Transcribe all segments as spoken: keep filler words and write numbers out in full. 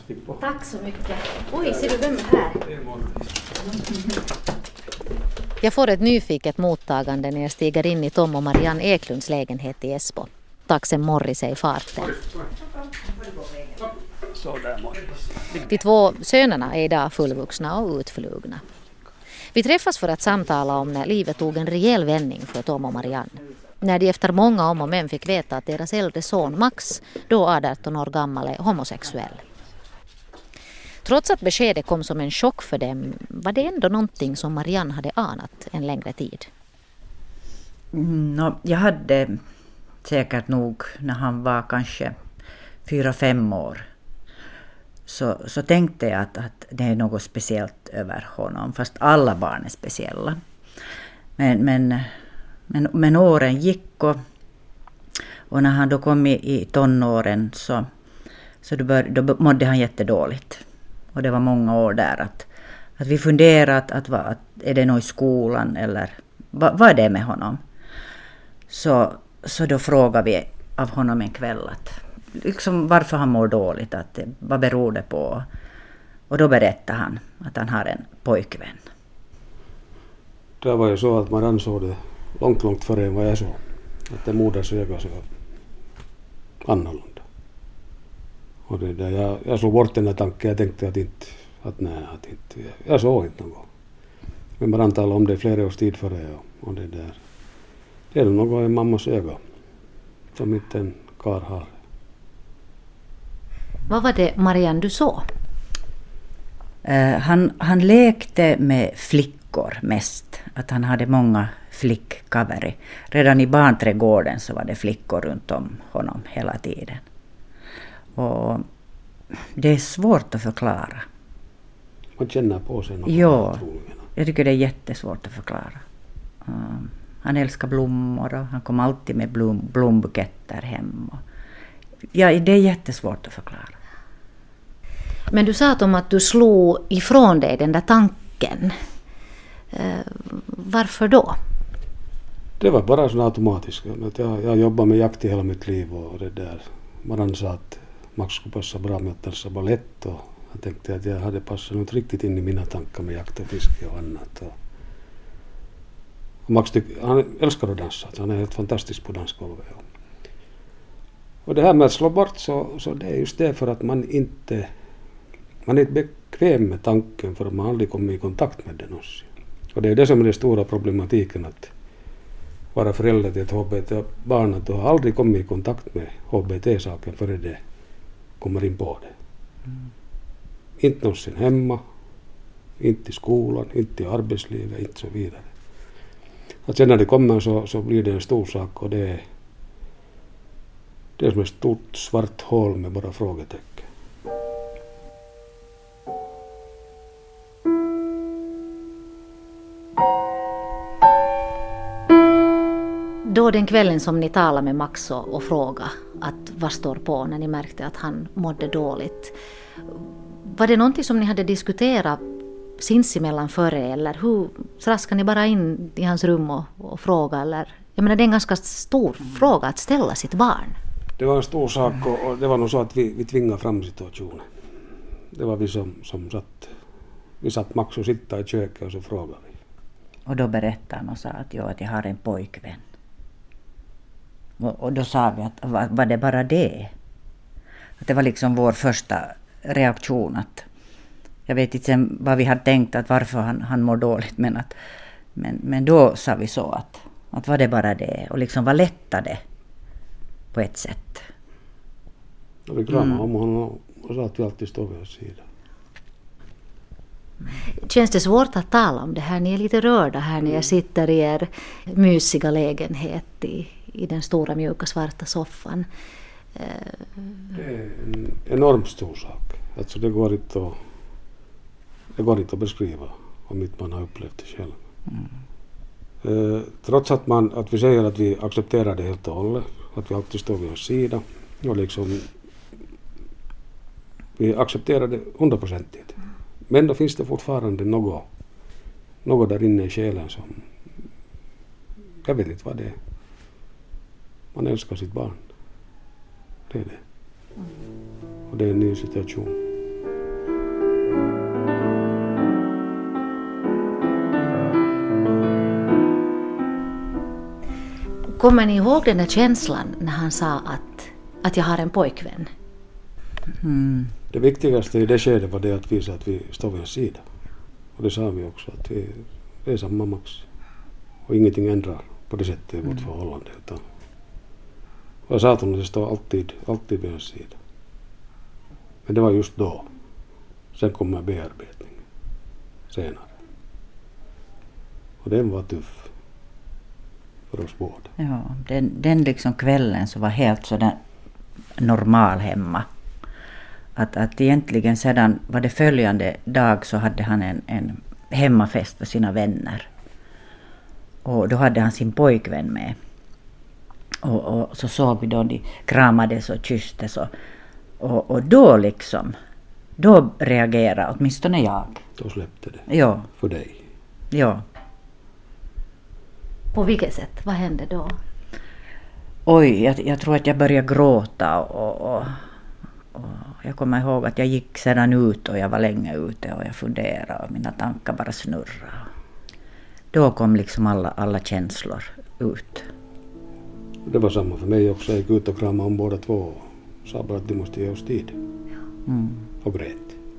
Tack så mycket. Oj, ser du vem är här? Jag får ett nyfiket mottagande när jag stiger in i Tom och Marianne Eklunds lägenhet i Esbo. Taxen Morris är i farten. De två sönerna är idag fullvuxna och utflugna. Vi träffas för att samtala om när livet tog en rejäl vändning för Tom och Marianne. När de efter många om och men fick veta att deras äldre son Max, då arton år gammal, är homosexuell. Trots att beskedet kom som en chock för dem var det ändå någonting som Marianne hade anat en längre tid. Mm, no, jag hade säkert nog när han var kanske fyra, fem år så, så tänkte jag att, att det är något speciellt över honom, fast alla barn är speciella. Men, men, men, men åren gick och, och när han då kom i, i tonåren så, så då, bör, då mådde han jättedåligt. Och det var många år där att, att vi funderat att, att, att är det något i skolan eller vad, vad är det med honom? Så, så då frågade vi av honom en kväll att, liksom varför han mår dåligt, att, vad beror det på? Och då berättade han att han har en pojkvän. Det var ju så att man ansåg det långt, långt före än vad jag såg. Att det moders öga så annorlunda. Och det där, jag, jag slog bort den här tanken. Jag tänkte att inte, att nej, att inte, jag såg inte något. Men man talade om det flera års tid före och, och det där. Det är något i mammas öga som inte en karl har. Vad var det, Marianne, du såg? Uh, han, han lekte med flickor mest. Att han hade många flickkaveri. Redan i barnträdgården så var det flickor runt om honom hela tiden. Och det är svårt att förklara. Man känner på sig något. Ja, jag tycker det är jättesvårt att förklara. Um, han älskar blommor och han kom alltid med blom, blombuketter hem. Och, ja, det är jättesvårt att förklara. Men du sa om att du slog ifrån dig den där tanken. Uh, varför då? Det var bara så automatiskt. Jag, jag jobbar med jakt i hela mitt liv och det där. Man sa att Max skulle passa bra med att dansa ballett och jag tänkte att jag hade passat något riktigt in i mina tankar med jakt och fiske och annat. Och, och Max tyck, han älskar att dansa, han är helt fantastisk på dansgolvet. Och det här med att slå bort så, så det är just det för att man inte man är inte bekväm med tanken för att man aldrig kommer i kontakt med den också. Och det är det som är den stora problematiken att vara förälder till ett H B T-barn, att du har aldrig kommit i kontakt med H B T-saken före det kommer in på det. Mm. Inte någonsin hemma, inte i skolan, inte i arbetslivet, inte så vidare. Att sen när det kommer så, så blir det en stor sak och det är, det är som ett stort svart hål med bara frågetecken. Då den kvällen som ni talade med Max och, och frågade att vad står på när ni märkte att han mådde dåligt. Var det någonting som ni hade diskuterat sinsemellan före eller hur traskade ni bara in i hans rum och, och fråga? Eller? Jag menar det är en ganska stor mm. fråga att ställa sitt barn. Det var en stor sak och, och det var nog så att vi, vi tvingade fram situationen. Det var vi som, som satt, vi satt Max och sitta i köket och så frågade vi. Och då berättade han och sa att, jag, att jag har en pojkvän. Och då sa vi att var, var det bara det? Att det var liksom vår första reaktion. Att jag vet inte sen vad vi hade tänkt att varför han, han mår dåligt. Men, att, men, men då sa vi så att, att var det bara det? Och liksom var lättade på ett sätt. Och vi kramade mm. om honom och sa att vi alltid står vid hans sida. Känns det svårt att tala om det här? Ni är lite rörda här när jag sitter i er mysiga lägenhet i, i den stora mjuka svarta soffan. Det är en enormt stor sak. Alltså det går inte att, det går inte att beskriva om inte man har upplevt det själv. Mm. Eh, trots att, man, att vi säger att vi accepterar det helt och hållet, att vi alltid står vid hans sida och liksom vi accepterar det hundraprocentigt. Men då finns det fortfarande något, något där inne i själen som, jag vet inte vad det är. Man älskar sitt barn. Det är det. Och det är en ny situation. Kommer ni ihåg den där känslan när han sa att, att jag har en pojkvän? Mm. Det viktigaste i det skedet var det att visa att vi står vid en sida. Och det sa vi också, att vi, vi är samma Max. Och ingenting ändrar på det sättet i vårt mm. förhållande. Utan, och jag sa att det står alltid, alltid vid en sida. Men det var just då. Sen kommer bearbetning senare. Och den var tuff för oss båda. Ja, den, den liksom kvällen så var helt sådär normal hemma. Att, att egentligen sedan var det följande dag så hade han en, en hemmafest för sina vänner. Och då hade han sin pojkvän med. Och, och så såg vi då de kramades och kysstes. Och, och, och då liksom, då reagerade åtminstone jag. Då släppte det. Ja. För dig. Ja. På vilket sätt? Vad hände då? Oj, jag, jag tror att jag började gråta och, och, och jag kommer ihåg att jag gick sedan ut och jag var länge ute och jag funderade och mina tankar bara snurrade. Då kom liksom alla, alla känslor ut. Det var samma för mig också. Jag gick ut och kramade om båda två och sa bara att de måste ge oss tid. Mm. Och grät.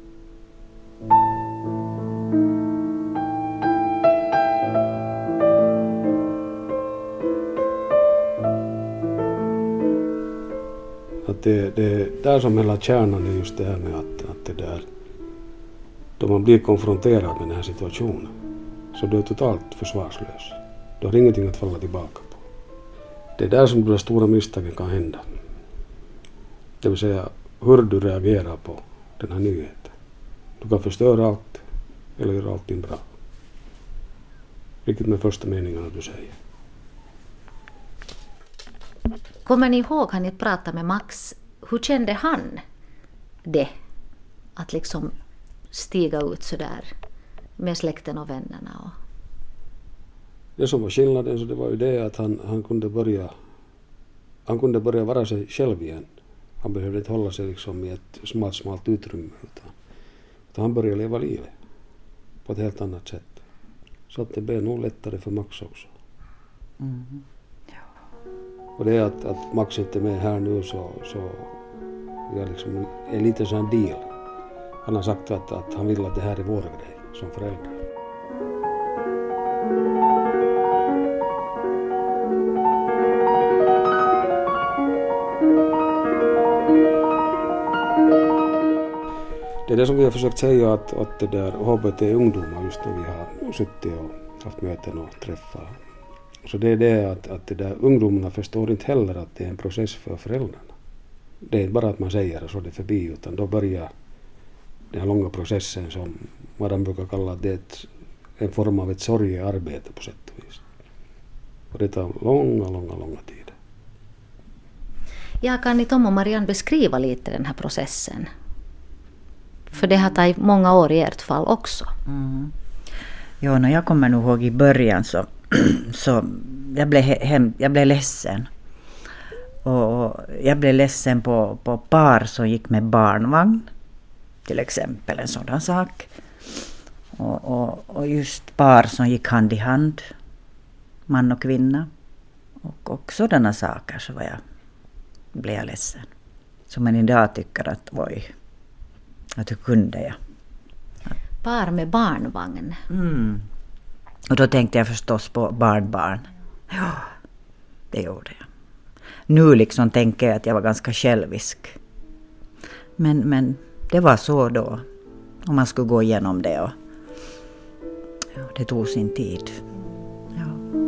Att det, det där som hela kärnan är just det här med att, att det där, då man blir konfronterad med den här situationen så du är totalt försvarslös. Du har ingenting att falla tillbaka på. Det är där som de stora misstagen kan hända. Det vill säga hur du reagerar på den här nyheten. Du kan förstöra allt eller göra allting bra. Riktigt med första meningarna du säger. Kommer ni ihåg att ni pratade med Max? Hur kände han det? Att liksom stiga ut så där med släkten och vännerna? Och... Det som var skillnaden så det var ju det att han, han kunde börja han kunde börja vara sig själv igen. Han behövde inte hålla sig liksom i ett smalt, smalt utrymme utan, utan han började leva livet på ett helt annat sätt. Så att det blev nog lättare för Max också. Mm. Och det är att, att Max inte är med här nu så, så jag liksom är lite sån deal. Han har sagt att, att han vill att det här är vår grej som föräldrar. Det är det som vi har försökt säga att, att det där H B T-ungdomar just när vi har suttit och haft möten och träffat. Så det är det att, att det där ungdomarna förstår inte heller att det är en process för föräldrarna. Det är inte bara att man säger och så är det förbi utan då börjar den här långa processen som man brukar kalla det ett, en form av ett sorgearbete på sätt och vis. Och det tar långa, långa, långa tider. Ja, kan ni Tom och Marianne beskriva lite den här processen? För det har tagit många år i ert fall också. Mm. Jo, när jag kommer nog ihåg i början så, så jag blev, hem, jag blev ledsen. Och jag blev ledsen på, på par som gick med barnvagn. Till exempel en sådan sak. Och, och, och just par som gick hand i hand. Man och kvinna. Och, och sådana saker så var jag, blev jag ledsen. Så man idag tycker att oj, att hur kunde jag? Par med barnvagn. Mm. Och då tänkte jag förstås på barnbarn. Ja, det gjorde jag. Nu liksom tänker jag att jag var ganska självisk. Men, men det var så då. Om man skulle gå igenom det. Och, ja, det tog sin tid. Ja.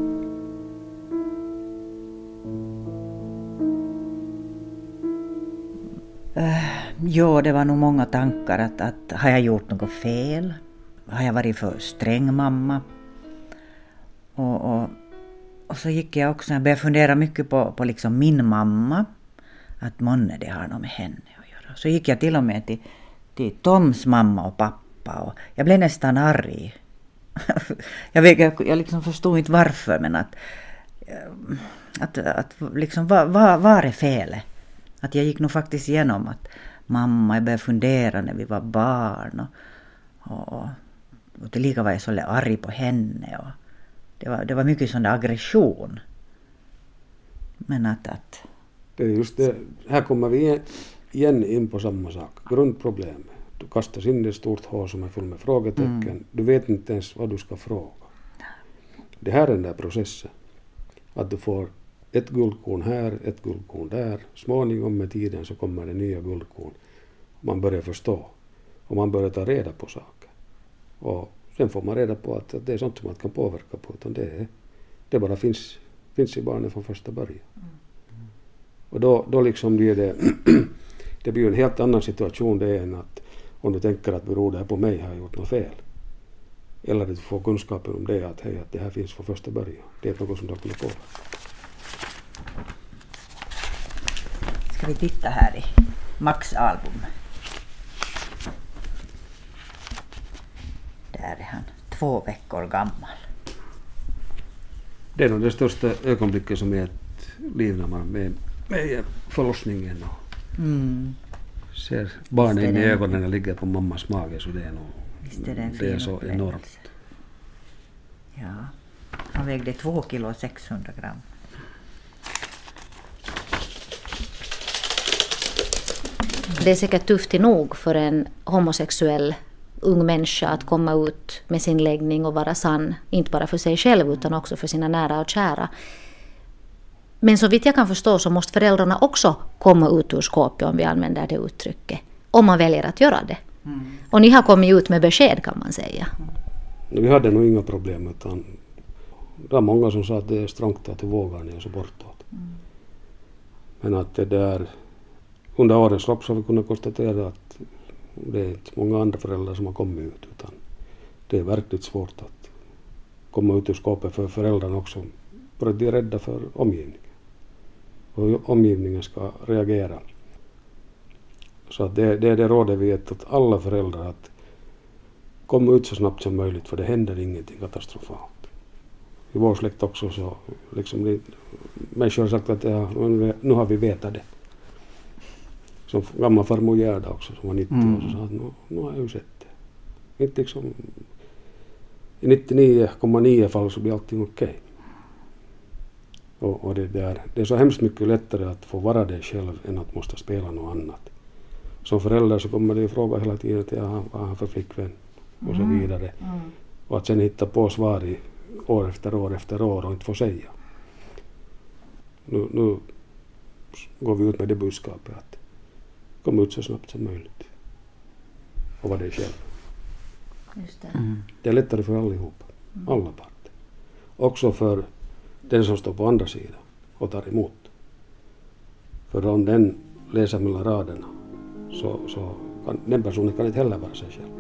Uh, ja, det var nog många tankar. Att, att, har jag gjort något fel? Har jag varit för sträng mamma? Och, och, och så gick jag också, jag började fundera mycket på, på liksom min mamma. Att månne det har något med henne att göra. Så gick jag till och med till, till Toms mamma och pappa. Och jag blev nästan arg. jag, vet, jag, jag liksom förstod inte varför. Men att, att, att liksom, vad, vad, vad är felet? Att jag gick nog faktiskt igenom att mamma, jag började fundera när vi var barn. Och, och, och det lika var jag så arg på henne. Och det, var, det var mycket sån där aggression. Men att, att... Det är just det, här kommer vi igen in på samma sak. Grundproblemet. Du kastas in i ett stort hål som är full med frågetecken. Mm. Du vet inte ens vad du ska fråga. Det här är den där processen. Att du får ett guldkorn här, ett guldkorn där. Småningom med tiden så kommer det nya guldkorn. Man börjar förstå. Och man börjar ta reda på saker. Och sen får man reda på att, att det är sånt som man kan påverka på. Utan det, är, det bara finns, finns i barnen från första början. Mm. Och då, då liksom blir det, det blir en helt annan situation det än att om du tänker att beror det här på mig har jag gjort något fel. Eller att du får kunskapen om det att, hej, att det här finns från första början. Det är något som du kan påverka. Ska vi titta här i Max album. Där är han två veckor gammal. Det är nog det största ögonblicket som är ett liv när man med, med förlossningen och mm. ser barnen in i ögonen och ligger på mammas mage, så det är nog Visst är det, en det är så enormt. Ja, han vägde två kilo sexhundra gram. Det är säkert tufft nog för en homosexuell ung människa att komma ut med sin läggning och vara sann, inte bara för sig själv utan också för sina nära och kära. Men så vitt jag kan förstå så måste föräldrarna också komma ut ur skåpet, om vi använder det uttrycket, om man väljer att göra det. Mm. Och ni har kommit ut med besked, kan man säga. Mm. Vi hade nog inga problem, utan det var många som sa att det är strångt att du vågar ni och så bortåt. Mm. Men att det där, under årens lopp så har vi kunnat konstatera att det är inte många andra föräldrar som har kommit ut, utan det är verkligt svårt att komma ut ur skåpet för föräldrarna också. För att de är rädda för omgivningen. Och omgivningen ska reagera. Så att det, det är det rådet vi gett åt alla föräldrar, att komma ut så snabbt som möjligt, för det händer ingenting katastrofalt. I vår släkt också så liksom det, människor har sagt att ja, nu har vi vetat det. Som gammal farmor Gerda också som var nittio mm. år, så sa att nu, nu har jag ju sett det. Inte liksom, i nittionio komma nio fall så blir allting okej. Okay. Och, och det, där, det är så hemskt mycket lättare att få vara det själv än att måste spela något annat. Som förälder så kommer det fråga hela tiden att jag har, vad har för flickvän och så vidare. Mm. Mm. Och att sen hitta på svar i år efter år efter år och inte få säga. Nu, nu går vi ut med det budskapet att komma ut så snabbt som möjligt. Och vara det själv. Just det. Mm. Det är lättare för allihopa. Mm. Alla parter. Också för den som står på andra sidan och tar emot. För om den läser mellan raderna så, så kan den personen kan inte heller vara sig själv.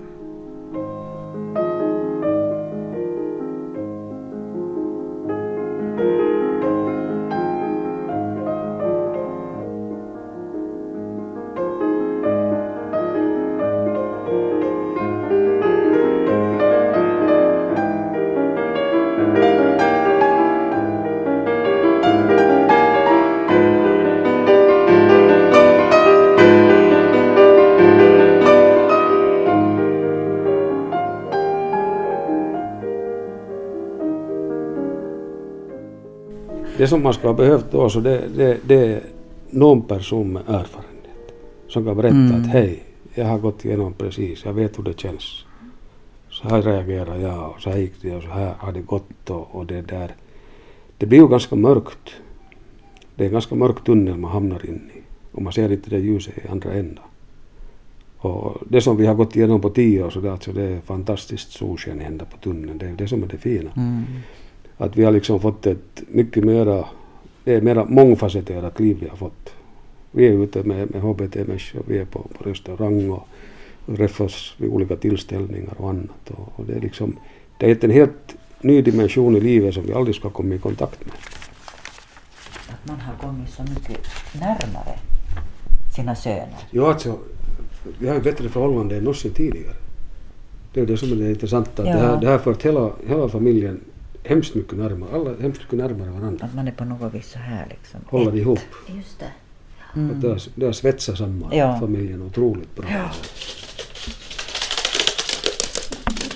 Det som man ska ha behövt då, så det, det, det är någon person med erfarenhet som kan berätta mm. att hej, jag har gått igenom precis, jag vet hur det känns. Så här reagerar jag och så här gick det och så här har det gått och, och det där. Det blir ju ganska mörkt. Det är en ganska mörk tunnel man hamnar in i och man ser inte det ljuset i andra änden. Och det som vi har gått igenom på tio år, så det, alltså det är fantastiskt solsken i ända på tunneln. Det är det som är det fina. Mm. Att vi har liksom fått ett mycket mera, det är mera mångfacetterat liv vi har fått. Vi är ute med, med H B T-människor, vi är på, på restaurang och, och träffas vid olika tillställningar och annat. Och, och det är liksom, det är en helt ny dimension i livet som vi aldrig ska komma i kontakt med. Att man har kommit så mycket närmare sina söner. Ja, alltså, vi har ju bättre förhållande än någonsin tidigare. Det är det som är det intressanta. Ja. Det här, det här för att hela, hela familjen hemskt mycket närmare, alla hemskt mycket närmare varandra. Att man är på något vis så här liksom. Håller ihop. Just det. Mm. Att det, har, det har svetsat samman ja. familjen otroligt bra. Ja.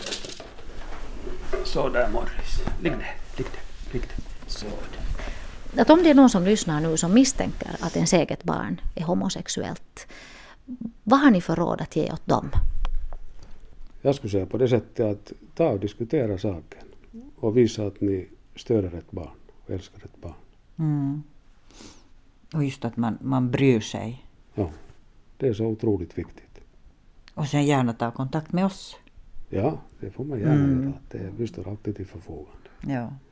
Så där Morris. Ligg där, ligg där, ligg där. Så där. att om det är någon som lyssnar nu som misstänker att ens eget barn är homosexuellt, vad har ni för råd att ge åt dem? Jag skulle säga på det sättet att ta och diskutera saken och visa att ni stöder ett barn och älskar ett barn. Mm. Och just att man, man bryr sig. Ja, det är så otroligt viktigt. Och sen gärna ta kontakt med oss. Ja, det får man gärna Mm. göra. Det, vi står alltid till förfogande. Ja.